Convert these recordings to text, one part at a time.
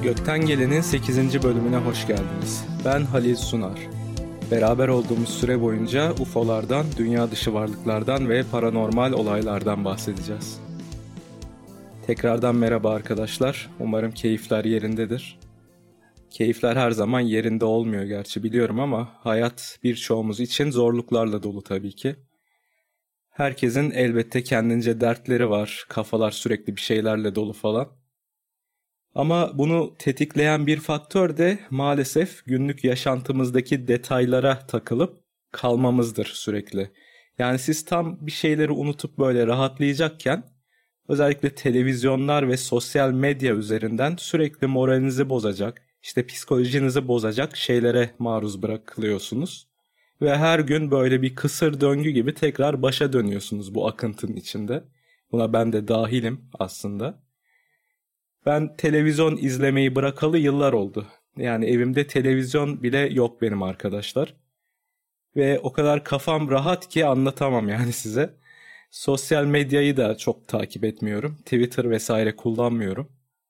Gökten Gelen'in 8. bölümüne hoş geldiniz. Ben Halil Sunar. Beraber olduğumuz süre boyunca UFO'lardan, dünya dışı varlıklardan ve paranormal olaylardan bahsedeceğiz. Tekrardan merhaba arkadaşlar. Umarım keyifler yerindedir. Keyifler her zaman yerinde olmuyor gerçi biliyorum ama hayat birçoğumuz için zorluklarla dolu tabii ki. Herkesin elbette kendince dertleri var, kafalar sürekli bir şeylerle dolu falan. Ama bunu tetikleyen bir faktör de maalesef günlük yaşantımızdaki detaylara takılıp kalmamızdır sürekli. Yani siz tam bir şeyleri unutup böyle rahatlayacakken özellikle televizyonlar ve sosyal medya üzerinden sürekli moralinizi bozacak, işte psikolojinizi bozacak şeylere maruz bırakılıyorsunuz. Ve her gün böyle bir kısır döngü gibi tekrar başa dönüyorsunuz bu akıntının içinde. Buna ben de dahilim aslında. Ben televizyon izlemeyi bırakalı yıllar oldu. Yani evimde televizyon bile yok benim arkadaşlar. Ve o kadar kafam rahat ki anlatamam yani size. Sosyal medyayı da çok takip etmiyorum. Twitter vesaire kullanmıyorum.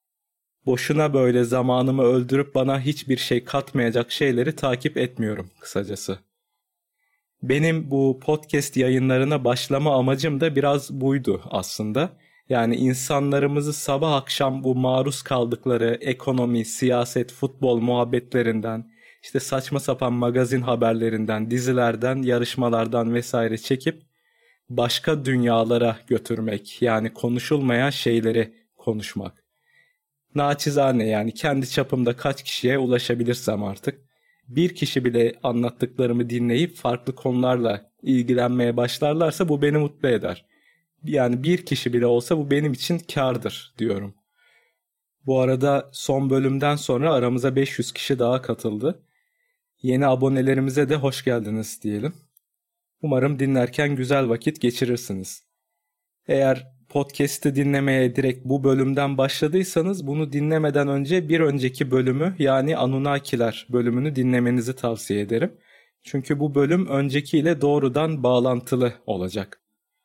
Boşuna böyle zamanımı öldürüp bana hiçbir şey katmayacak şeyleri takip etmiyorum kısacası. Benim bu podcast yayınlarına başlama amacım da biraz buydu aslında. Yani insanlarımızı sabah akşam bu maruz kaldıkları ekonomi, siyaset, futbol muhabbetlerinden, işte saçma sapan magazin haberlerinden, dizilerden, yarışmalardan vesaire çekip başka dünyalara götürmek. Yani konuşulmayan şeyleri konuşmak. Naçizane yani kendi çapımda kaç kişiye ulaşabilirsem artık. Bir kişi bile anlattıklarımı dinleyip farklı konularla ilgilenmeye başlarlarsa bu beni mutlu eder. Yani bir kişi bile olsa bu benim için kârdır diyorum. Bu arada son bölümden sonra aramıza 500 kişi daha katıldı. Yeni abonelerimize de hoş geldiniz diyelim. Umarım dinlerken güzel vakit geçirirsiniz. Eğer podcast'i dinlemeye direkt bu bölümden başladıysanız bunu dinlemeden önce bir önceki bölümü yani Anunnakiler bölümünü dinlemenizi tavsiye ederim. Çünkü bu bölüm öncekiyle doğrudan bağlantılı olacak.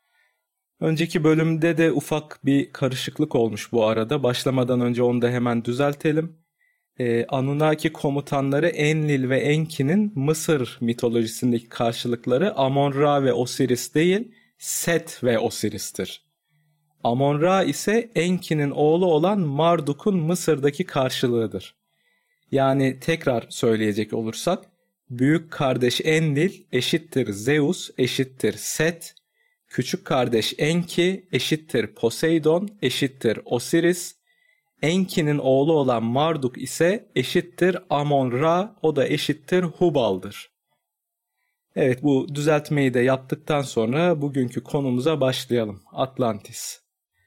Önceki bölümde de ufak bir karışıklık olmuş bu arada. Başlamadan önce onu da hemen düzeltelim. Anunnaki komutanları Enlil ve Enki'nin Mısır mitolojisindeki karşılıkları Amon-Ra ve Osiris değil, Set ve Osiris'tir. Amon-Ra ise Enki'nin oğlu olan Marduk'un Mısır'daki karşılığıdır. Yani tekrar söyleyecek olursak, büyük kardeş Enlil eşittir Zeus eşittir Set, küçük kardeş Enki eşittir Poseidon eşittir Osiris, Enki'nin oğlu olan Marduk ise eşittir Amon-Ra, o da eşittir Hubal'dır. Evet, bu düzeltmeyi de yaptıktan sonra bugünkü konumuza başlayalım. Atlantis.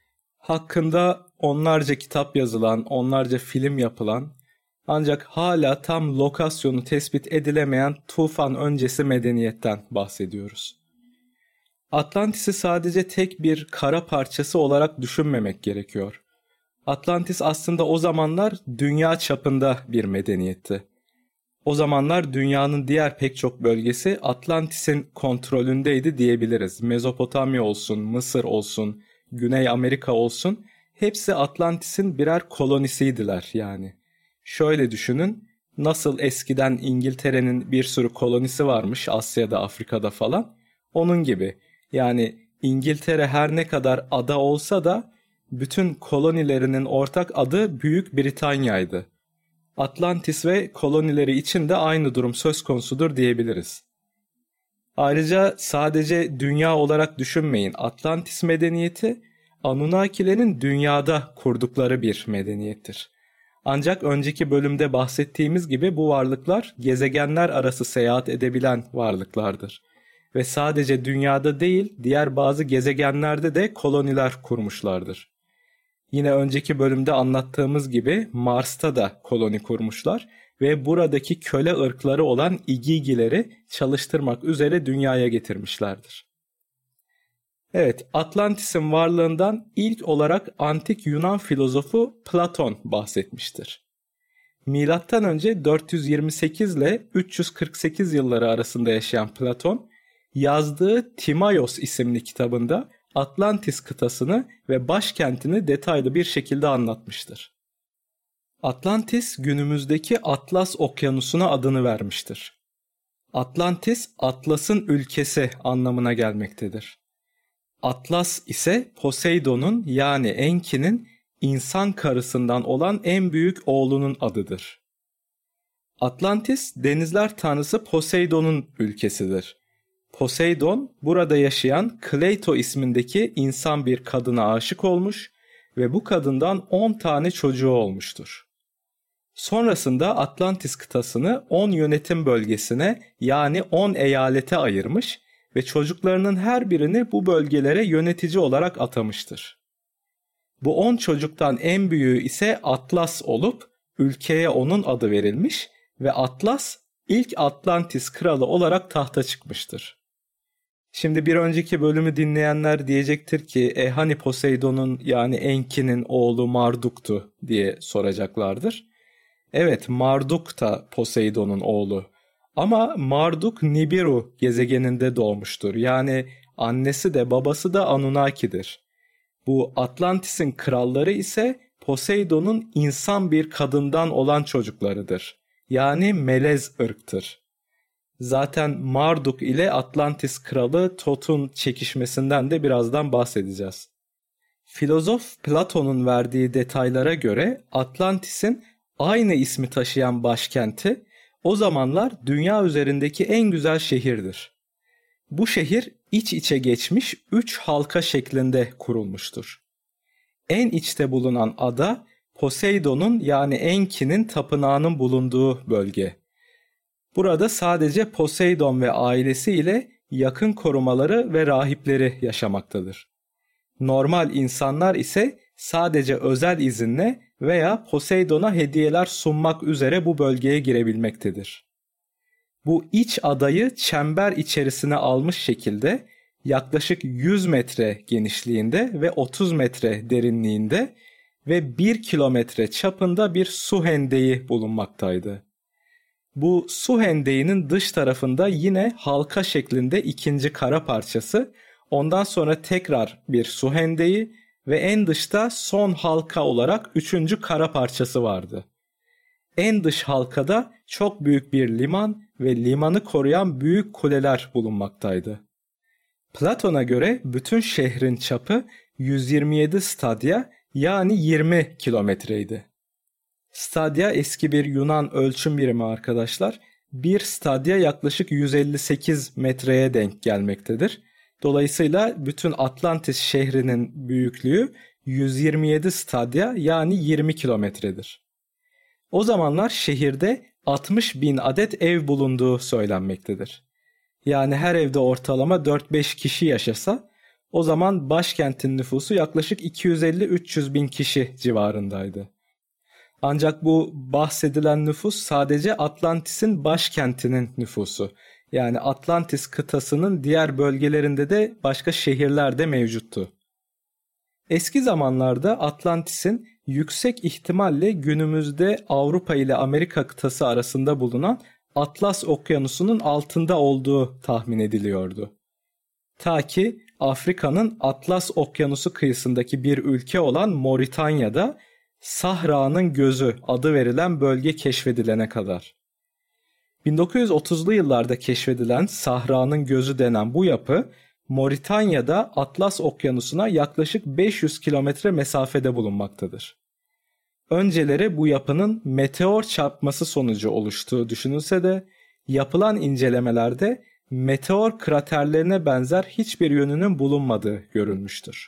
Hakkında onlarca kitap yazılan, onlarca film yapılan, ancak hala tam lokasyonu tespit edilemeyen tufan öncesi medeniyetten bahsediyoruz. Atlantis'i sadece tek bir kara parçası olarak düşünmemek gerekiyor. Atlantis aslında o zamanlar dünya çapında bir medeniyetti. O zamanlar dünyanın diğer pek çok bölgesi Atlantis'in kontrolündeydi diyebiliriz. Mezopotamya olsun, Mısır olsun, Güney Amerika olsun, hepsi Atlantis'in birer kolonisiydiler yani. Şöyle düşünün, nasıl eskiden İngiltere'nin bir sürü kolonisi varmış Asya'da, Afrika'da falan, onun gibi. Yani İngiltere her ne kadar ada olsa da bütün kolonilerinin ortak adı Büyük Britanya'ydı. Atlantis ve kolonileri için de aynı durum söz konusudur diyebiliriz. Ayrıca sadece dünya olarak düşünmeyin. Atlantis medeniyeti Anunnakilerin dünyada kurdukları bir medeniyettir. Ancak önceki bölümde bahsettiğimiz gibi bu varlıklar gezegenler arası seyahat edebilen varlıklardır. Ve sadece dünyada değil, diğer bazı gezegenlerde de koloniler kurmuşlardır. Yine önceki bölümde anlattığımız gibi Mars'ta da koloni kurmuşlar ve buradaki köle ırkları olan İgigileri çalıştırmak üzere dünyaya getirmişlerdir. Evet, Atlantis'in varlığından ilk olarak antik Yunan filozofu Platon bahsetmiştir. Milattan önce 428 ile 348 yılları arasında yaşayan Platon, yazdığı Timaios isimli kitabında Atlantis kıtasını ve başkentini detaylı bir şekilde anlatmıştır. Atlantis günümüzdeki Atlas Okyanusu'na adını vermiştir. Atlantis, Atlas'ın ülkesi anlamına gelmektedir. Atlas ise Poseidon'un yani Enki'nin insan karısından olan en büyük oğlunun adıdır. Atlantis, denizler tanrısı Poseidon'un ülkesidir. Poseidon, burada yaşayan Kleito ismindeki insan bir kadına aşık olmuş ve bu kadından 10 tane çocuğu olmuştur. Sonrasında Atlantis kıtasını 10 yönetim bölgesine yani 10 eyalete ayırmış ve çocuklarının her birini bu bölgelere yönetici olarak atamıştır. Bu 10 çocuktan en büyüğü ise Atlas olup ülkeye onun adı verilmiş ve Atlas ilk Atlantis kralı olarak tahta çıkmıştır. Şimdi bir önceki bölümü dinleyenler diyecektir ki hani Poseidon'un yani Enki'nin oğlu Marduk'tu diye soracaklardır. Evet, Marduk da Poseidon'un oğlu ama Marduk Nibiru gezegeninde doğmuştur. Yani annesi de babası da Anunnaki'dir. Bu Atlantis'in kralları ise Poseidon'un insan bir kadından olan çocuklarıdır. Yani melez ırktır. Zaten Marduk ile Atlantis kralı Thoth'un çekişmesinden de birazdan bahsedeceğiz. Filozof Platon'un verdiği detaylara göre Atlantis'in aynı ismi taşıyan başkenti o zamanlar dünya üzerindeki en güzel şehirdir. Bu şehir iç içe geçmiş 3 halka şeklinde kurulmuştur. En içte bulunan ada Poseidon'un yani Enki'nin tapınağının bulunduğu bölge. Burada sadece Poseidon ve ailesi ile yakın korumaları ve rahipleri yaşamaktadır. Normal insanlar ise sadece özel izinle veya Poseidon'a hediyeler sunmak üzere bu bölgeye girebilmektedir. Bu iç adayı çember içerisine almış şekilde yaklaşık 100 metre genişliğinde ve 30 metre derinliğinde ve 1 kilometre çapında bir su hendeği bulunmaktaydı. Bu su hendeğinin dış tarafında yine halka şeklinde ikinci kara parçası, ondan sonra tekrar bir su hendeği ve en dışta son halka olarak üçüncü kara parçası vardı. En dış halkada çok büyük bir liman ve limanı koruyan büyük kuleler bulunmaktaydı. Platon'a göre bütün şehrin çapı 127 stadya yani 20 kilometreydi. Stadya eski bir Yunan ölçüm birimi arkadaşlar. Bir stadya yaklaşık 158 metreye denk gelmektedir. Dolayısıyla bütün Atlantis şehrinin büyüklüğü 127 stadya yani 20 kilometredir. O zamanlar şehirde 60 bin adet ev bulunduğu söylenmektedir. Yani her evde ortalama 4-5 kişi yaşasa o zaman başkentin nüfusu yaklaşık 250-300 bin kişi civarındaydı. Ancak bu bahsedilen nüfus sadece Atlantis'in başkentinin nüfusu. Yani Atlantis kıtasının diğer bölgelerinde de başka şehirler de mevcuttu. Eski zamanlarda Atlantis'in yüksek ihtimalle günümüzde Avrupa ile Amerika kıtası arasında bulunan Atlas Okyanusu'nun altında olduğu tahmin ediliyordu. Ta ki Afrika'nın Atlas Okyanusu kıyısındaki bir ülke olan Moritanya'da Sahra'nın Gözü adı verilen bölge keşfedilene kadar. 1930'lu yıllarda keşfedilen Sahra'nın Gözü denen bu yapı Moritanya'da Atlas Okyanusu'na yaklaşık 500 kilometre mesafede bulunmaktadır. Önceleri bu yapının meteor çarpması sonucu oluştuğu düşünülse de yapılan incelemelerde meteor kraterlerine benzer hiçbir yönünün bulunmadığı görülmüştür.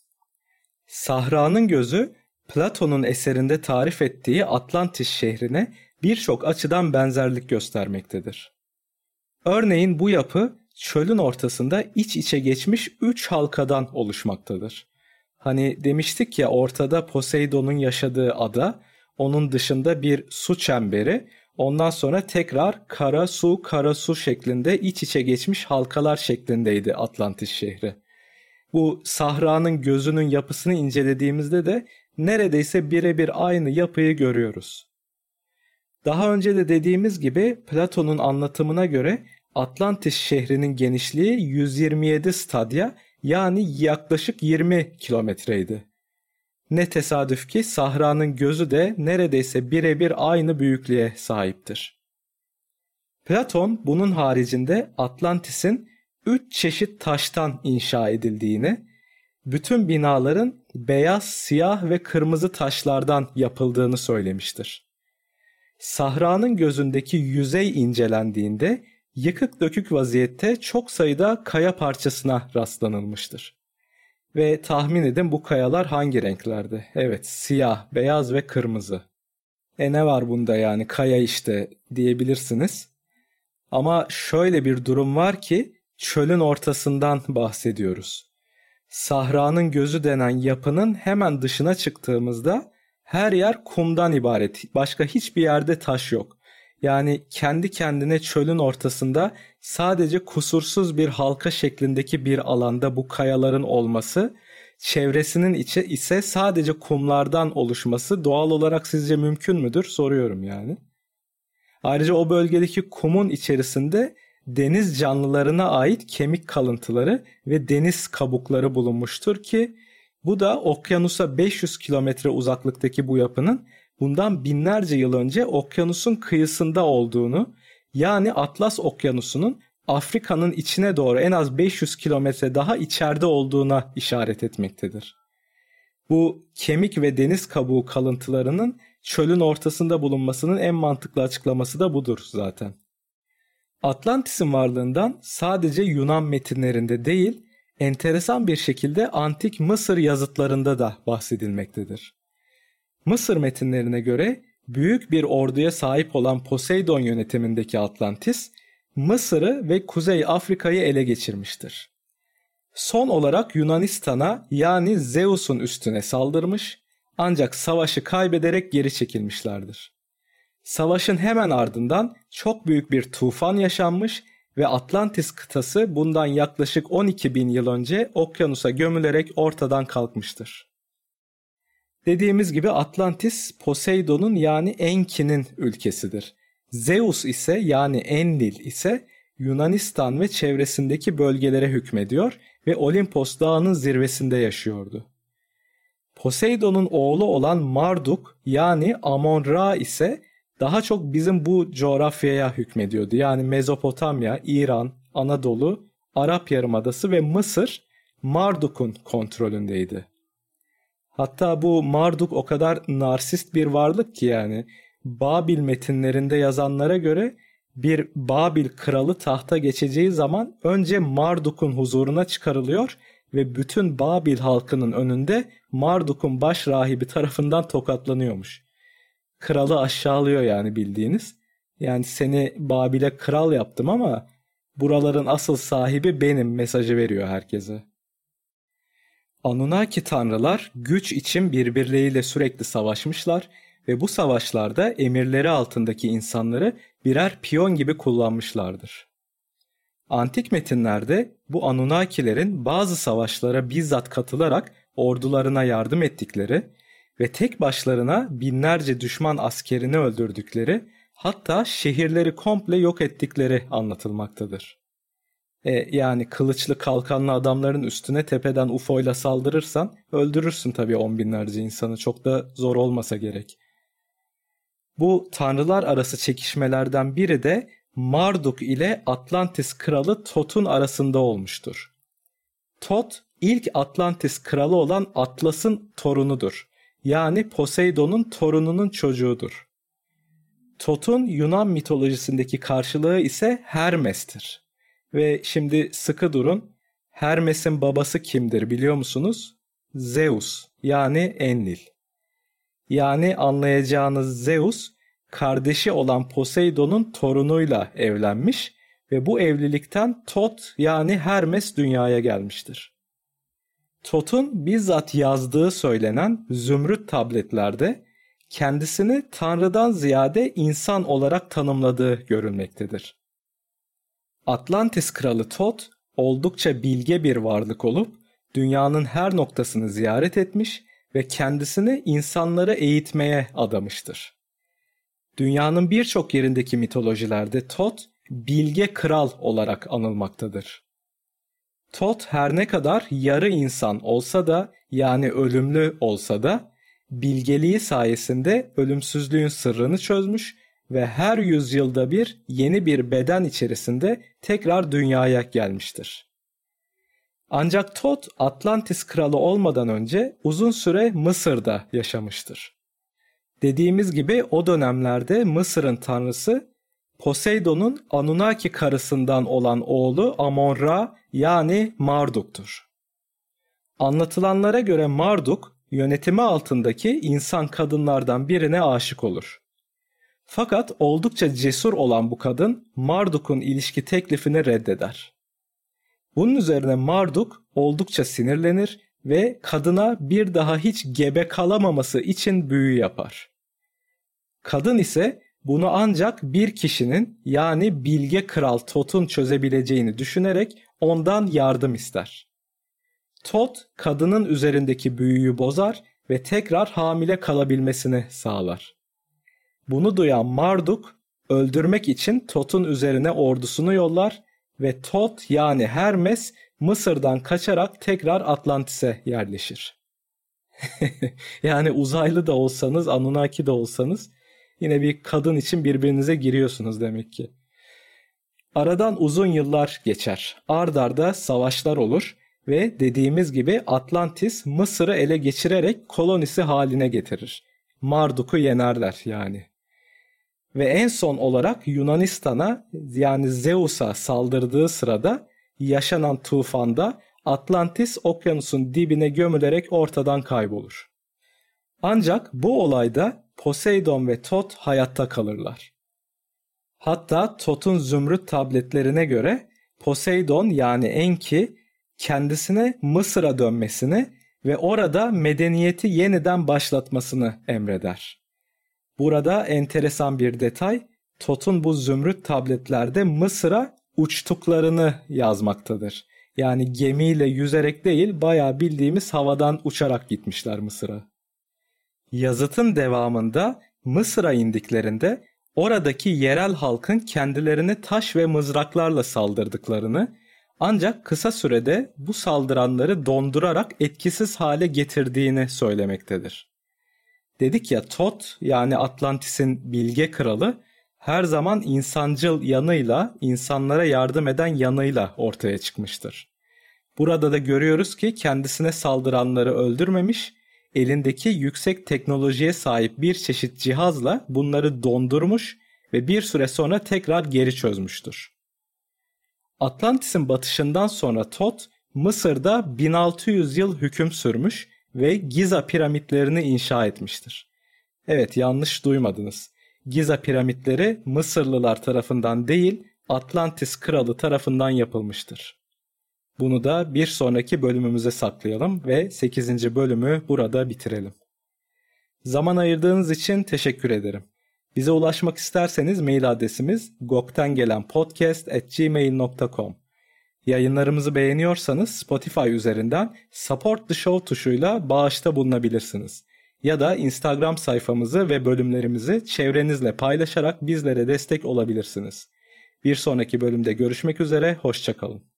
Sahra'nın Gözü Platon'un eserinde tarif ettiği Atlantis şehrine birçok açıdan benzerlik göstermektedir. Örneğin bu yapı çölün ortasında iç içe geçmiş 3 halkadan oluşmaktadır. Hani demiştik ya ortada Poseidon'un yaşadığı ada, onun dışında bir su çemberi, ondan sonra tekrar kara su şeklinde iç içe geçmiş halkalar şeklindeydi Atlantis şehri. Bu Sahra'nın Gözü'nün yapısını incelediğimizde de neredeyse birebir aynı yapıyı görüyoruz. Daha önce de dediğimiz gibi Platon'un anlatımına göre Atlantis şehrinin genişliği 127 stadya yani yaklaşık 20 kilometreydi. Ne tesadüf ki Sahra'nın gözü de neredeyse birebir aynı büyüklüğe sahiptir. Platon bunun haricinde Atlantis'in 3 çeşit taştan inşa edildiğini, bütün binaların beyaz, siyah ve kırmızı taşlardan yapıldığını söylemiştir. Sahra'nın gözündeki yüzey incelendiğinde yıkık dökük vaziyette çok sayıda kaya parçasına rastlanılmıştır. Ve tahmin edin bu kayalar hangi renklerde? Evet, siyah, beyaz ve kırmızı. Ne var bunda yani, kaya işte diyebilirsiniz. Ama şöyle bir durum var ki çölün ortasından bahsediyoruz. Sahra'nın gözü denen yapının hemen dışına çıktığımızda her yer kumdan ibaret. Başka hiçbir yerde taş yok. Yani kendi kendine çölün ortasında sadece kusursuz bir halka şeklindeki bir alanda bu kayaların olması, çevresinin içi ise sadece kumlardan oluşması doğal olarak sizce mümkün müdür? Soruyorum yani. Ayrıca o bölgedeki kumun içerisinde deniz canlılarına ait kemik kalıntıları ve deniz kabukları bulunmuştur ki bu da okyanusa 500 kilometre uzaklıktaki bu yapının bundan binlerce yıl önce okyanusun kıyısında olduğunu, yani Atlas Okyanusu'nun Afrika'nın içine doğru en az 500 kilometre daha içeride olduğuna işaret etmektedir. Bu kemik ve deniz kabuğu kalıntılarının çölün ortasında bulunmasının en mantıklı açıklaması da budur zaten. Atlantis'in varlığından sadece Yunan metinlerinde değil, enteresan bir şekilde antik Mısır yazıtlarında da bahsedilmektedir. Mısır metinlerine göre büyük bir orduya sahip olan Poseidon yönetimindeki Atlantis, Mısır'ı ve Kuzey Afrika'yı ele geçirmiştir. Son olarak Yunanistan'a, yani Zeus'un üstüne saldırmış ancak savaşı kaybederek geri çekilmişlerdir. Savaşın hemen ardından çok büyük bir tufan yaşanmış ve Atlantis kıtası bundan yaklaşık 12 bin yıl önce okyanusa gömülerek ortadan kalkmıştır. Dediğimiz gibi Atlantis Poseidon'un yani Enki'nin ülkesidir. Zeus ise yani Enlil ise Yunanistan ve çevresindeki bölgelere hükmediyor ve Olimpos dağının zirvesinde yaşıyordu. Poseidon'un oğlu olan Marduk yani Amon-Ra ise daha çok bizim bu coğrafyaya hükmediyordu. Yani Mezopotamya, İran, Anadolu, Arap Yarımadası ve Mısır Marduk'un kontrolündeydi. Hatta bu Marduk o kadar narsist bir varlık ki yani Babil metinlerinde yazanlara göre bir Babil kralı tahta geçeceği zaman önce Marduk'un huzuruna çıkarılıyor ve bütün Babil halkının önünde Marduk'un baş rahibi tarafından tokatlanıyormuş. Kralı aşağılıyor yani bildiğiniz. Yani seni Babil'e kral yaptım ama buraların asıl sahibi benim mesajı veriyor herkese. Anunnaki tanrılar güç için birbirleriyle sürekli savaşmışlar ve bu savaşlarda emirleri altındaki insanları birer piyon gibi kullanmışlardır. Antik metinlerde bu Anunnakilerin bazı savaşlara bizzat katılarak ordularına yardım ettikleri ve tek başlarına binlerce düşman askerini öldürdükleri, hatta şehirleri komple yok ettikleri anlatılmaktadır. Yani kılıçlı kalkanlı adamların üstüne tepeden UFO'yla saldırırsan öldürürsün tabii on binlerce insanı, çok da zor olmasa gerek. Bu tanrılar arası çekişmelerden biri de Marduk ile Atlantis kralı Thot'un arasında olmuştur. Thot ilk Atlantis kralı olan Atlas'ın torunudur. Yani Poseidon'un torununun çocuğudur. Thot'un Yunan mitolojisindeki karşılığı ise Hermes'tir. Ve şimdi sıkı durun. Hermes'in babası kimdir biliyor musunuz? Zeus yani Enlil. Yani anlayacağınız Zeus kardeşi olan Poseidon'un torunuyla evlenmiş ve bu evlilikten Thot yani Hermes dünyaya gelmiştir. Thot'un bizzat yazdığı söylenen zümrüt tabletlerde kendisini Tanrı'dan ziyade insan olarak tanımladığı görülmektedir. Atlantis kralı Thot oldukça bilge bir varlık olup dünyanın her noktasını ziyaret etmiş ve kendisini insanları eğitmeye adamıştır. Dünyanın birçok yerindeki mitolojilerde Thot bilge kral olarak anılmaktadır. Thoth her ne kadar yarı insan olsa da, yani ölümlü olsa da, bilgeliği sayesinde ölümsüzlüğün sırrını çözmüş ve her yüzyılda bir yeni bir beden içerisinde tekrar dünyaya gelmiştir. Ancak Thoth Atlantis kralı olmadan önce uzun süre Mısır'da yaşamıştır. Dediğimiz gibi o dönemlerde Mısır'ın tanrısı Poseidon'un Anunnaki karısından olan oğlu Amon-Ra yani Marduk'tur. Anlatılanlara göre Marduk yönetimi altındaki insan kadınlardan birine aşık olur. Fakat oldukça cesur olan bu kadın Marduk'un ilişki teklifini reddeder. Bunun üzerine Marduk oldukça sinirlenir ve kadına bir daha hiç gebe kalamaması için büyü yapar. Kadın ise bunu ancak bir kişinin, yani bilge kral Thoth'un çözebileceğini düşünerek ondan yardım ister. Thoth kadının üzerindeki büyüyü bozar ve tekrar hamile kalabilmesini sağlar. Bunu duyan Marduk öldürmek için Thoth'un üzerine ordusunu yollar ve Thoth yani Hermes Mısır'dan kaçarak tekrar Atlantis'e yerleşir. Yani uzaylı da olsanız, Anunnaki de olsanız yine bir kadın için birbirinize giriyorsunuz demek ki. Aradan uzun yıllar geçer. Ard arda savaşlar olur ve dediğimiz gibi Atlantis Mısır'ı ele geçirerek kolonisi haline getirir. Marduk'u yenerler yani. Ve en son olarak Yunanistan'a, yani Zeus'a saldırdığı sırada yaşanan tufanda Atlantis okyanusun dibine gömülerek ortadan kaybolur. Ancak bu olayda Poseidon ve Thoth hayatta kalırlar. Hatta Thoth'un zümrüt tabletlerine göre Poseidon yani Enki kendisine Mısır'a dönmesini ve orada medeniyeti yeniden başlatmasını emreder. Burada enteresan bir detay, Thoth'un bu zümrüt tabletlerde Mısır'a uçtuklarını yazmaktadır. Yani gemiyle yüzerek değil, bayağı bildiğimiz havadan uçarak gitmişler Mısır'a. Yazıtın devamında Mısır'a indiklerinde oradaki yerel halkın kendilerine taş ve mızraklarla saldırdıklarını, ancak kısa sürede bu saldıranları dondurarak etkisiz hale getirdiğini söylemektedir. Dedik ya, Thoth yani Atlantis'in bilge kralı her zaman insancıl yanıyla, insanlara yardım eden yanıyla ortaya çıkmıştır. Burada da görüyoruz ki kendisine saldıranları öldürmemiş, elindeki yüksek teknolojiye sahip bir çeşit cihazla bunları dondurmuş ve bir süre sonra tekrar geri çözmüştür. Atlantis'in batışından sonra Thoth, Mısır'da 1600 yıl hüküm sürmüş ve Giza piramitlerini inşa etmiştir. Evet, yanlış duymadınız. Giza piramitleri Mısırlılar tarafından değil, Atlantis kralı tarafından yapılmıştır. Bunu da bir sonraki bölümümüze saklayalım ve 8. bölümü burada bitirelim. Zaman ayırdığınız için teşekkür ederim. Bize ulaşmak isterseniz mail adresimiz goktengelenpodcast@gmail.com. Yayınlarımızı beğeniyorsanız Spotify üzerinden Support the Show tuşuyla bağışta bulunabilirsiniz. Ya da Instagram sayfamızı ve bölümlerimizi çevrenizle paylaşarak bizlere destek olabilirsiniz. Bir sonraki bölümde görüşmek üzere, hoşça kalın.